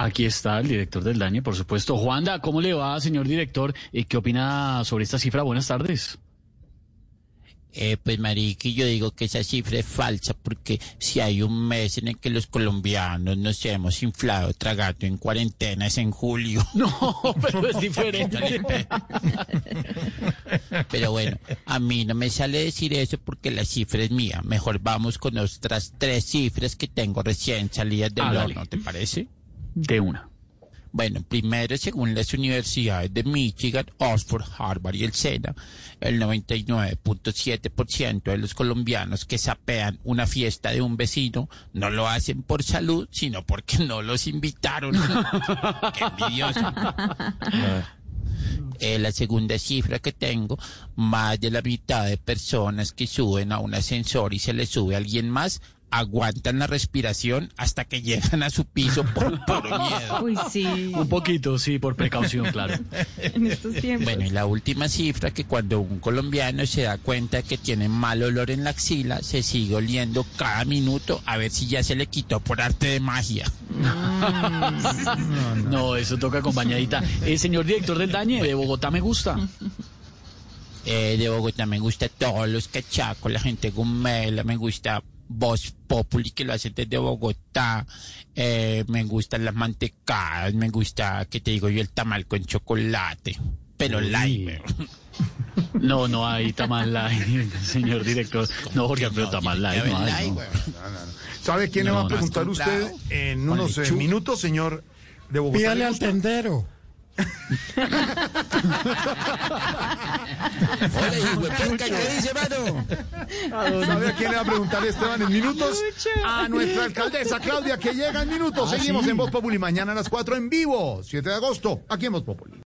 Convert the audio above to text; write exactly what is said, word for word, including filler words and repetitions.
Aquí está el director del DANE, por supuesto. Juanda, ¿cómo le va, señor director? Eh, ¿Qué opina sobre esta cifra? Buenas tardes. Eh, pues marica, yo digo que esa cifra es falsa porque si hay un mes en el que los colombianos nos hemos inflado tragando en cuarentena es en julio. No, pero es diferente. Pero bueno, a mí no me sale decir eso porque la cifra es mía. Mejor vamos con otras tres cifras que tengo recién salidas del Hágale. horno, ¿te parece? De una. Bueno, primero, según las universidades de Michigan, Oxford, Harvard y el SENA, el noventa y nueve punto siete por ciento de los colombianos que sapean una fiesta de un vecino no lo hacen por salud, sino porque no los invitaron. ¡Qué envidioso! Eh, la segunda cifra que tengo, más de la mitad de personas que suben a un ascensor y se les sube a alguien más, aguantan la respiración hasta que llegan a su piso por puro miedo. Uy, sí. Un poquito, sí, por precaución, claro. En estos tiempos. Bueno, y la última cifra, que cuando un colombiano se da cuenta que tiene mal olor en la axila, se sigue oliendo cada minuto a ver si ya se le quitó por arte de magia. No, eso toca acompañadita. Eh, señor director del DANE, de Bogotá me gusta. Eh, de Bogotá me gusta todos los cachacos, la gente gomela, me gusta Voz Populi, que lo hacen desde Bogotá, eh, me gustan las mantecadas, me gusta, que te digo yo, el tamal con chocolate, pero Uy. light, weón. No, no hay tamal light, señor director. No, Jorge Alfredo, tamal light, no hay, Light, no. weón. ¿Sabe quién le No, va a no preguntar has usted comprado. en Con unos eh, lechuga. minutos, señor de Bogotá? Pídale ¿Le al gusta? tendero. Hola, hijo de puta, ¿qué dice, mano? ¿Sabe a quién le va a preguntar Esteban en minutos? A nuestra alcaldesa Claudia, que llega en minutos. Ah, Seguimos sí. en Voz Populi mañana a las cuatro en vivo, siete de agosto, aquí en Voz Populi.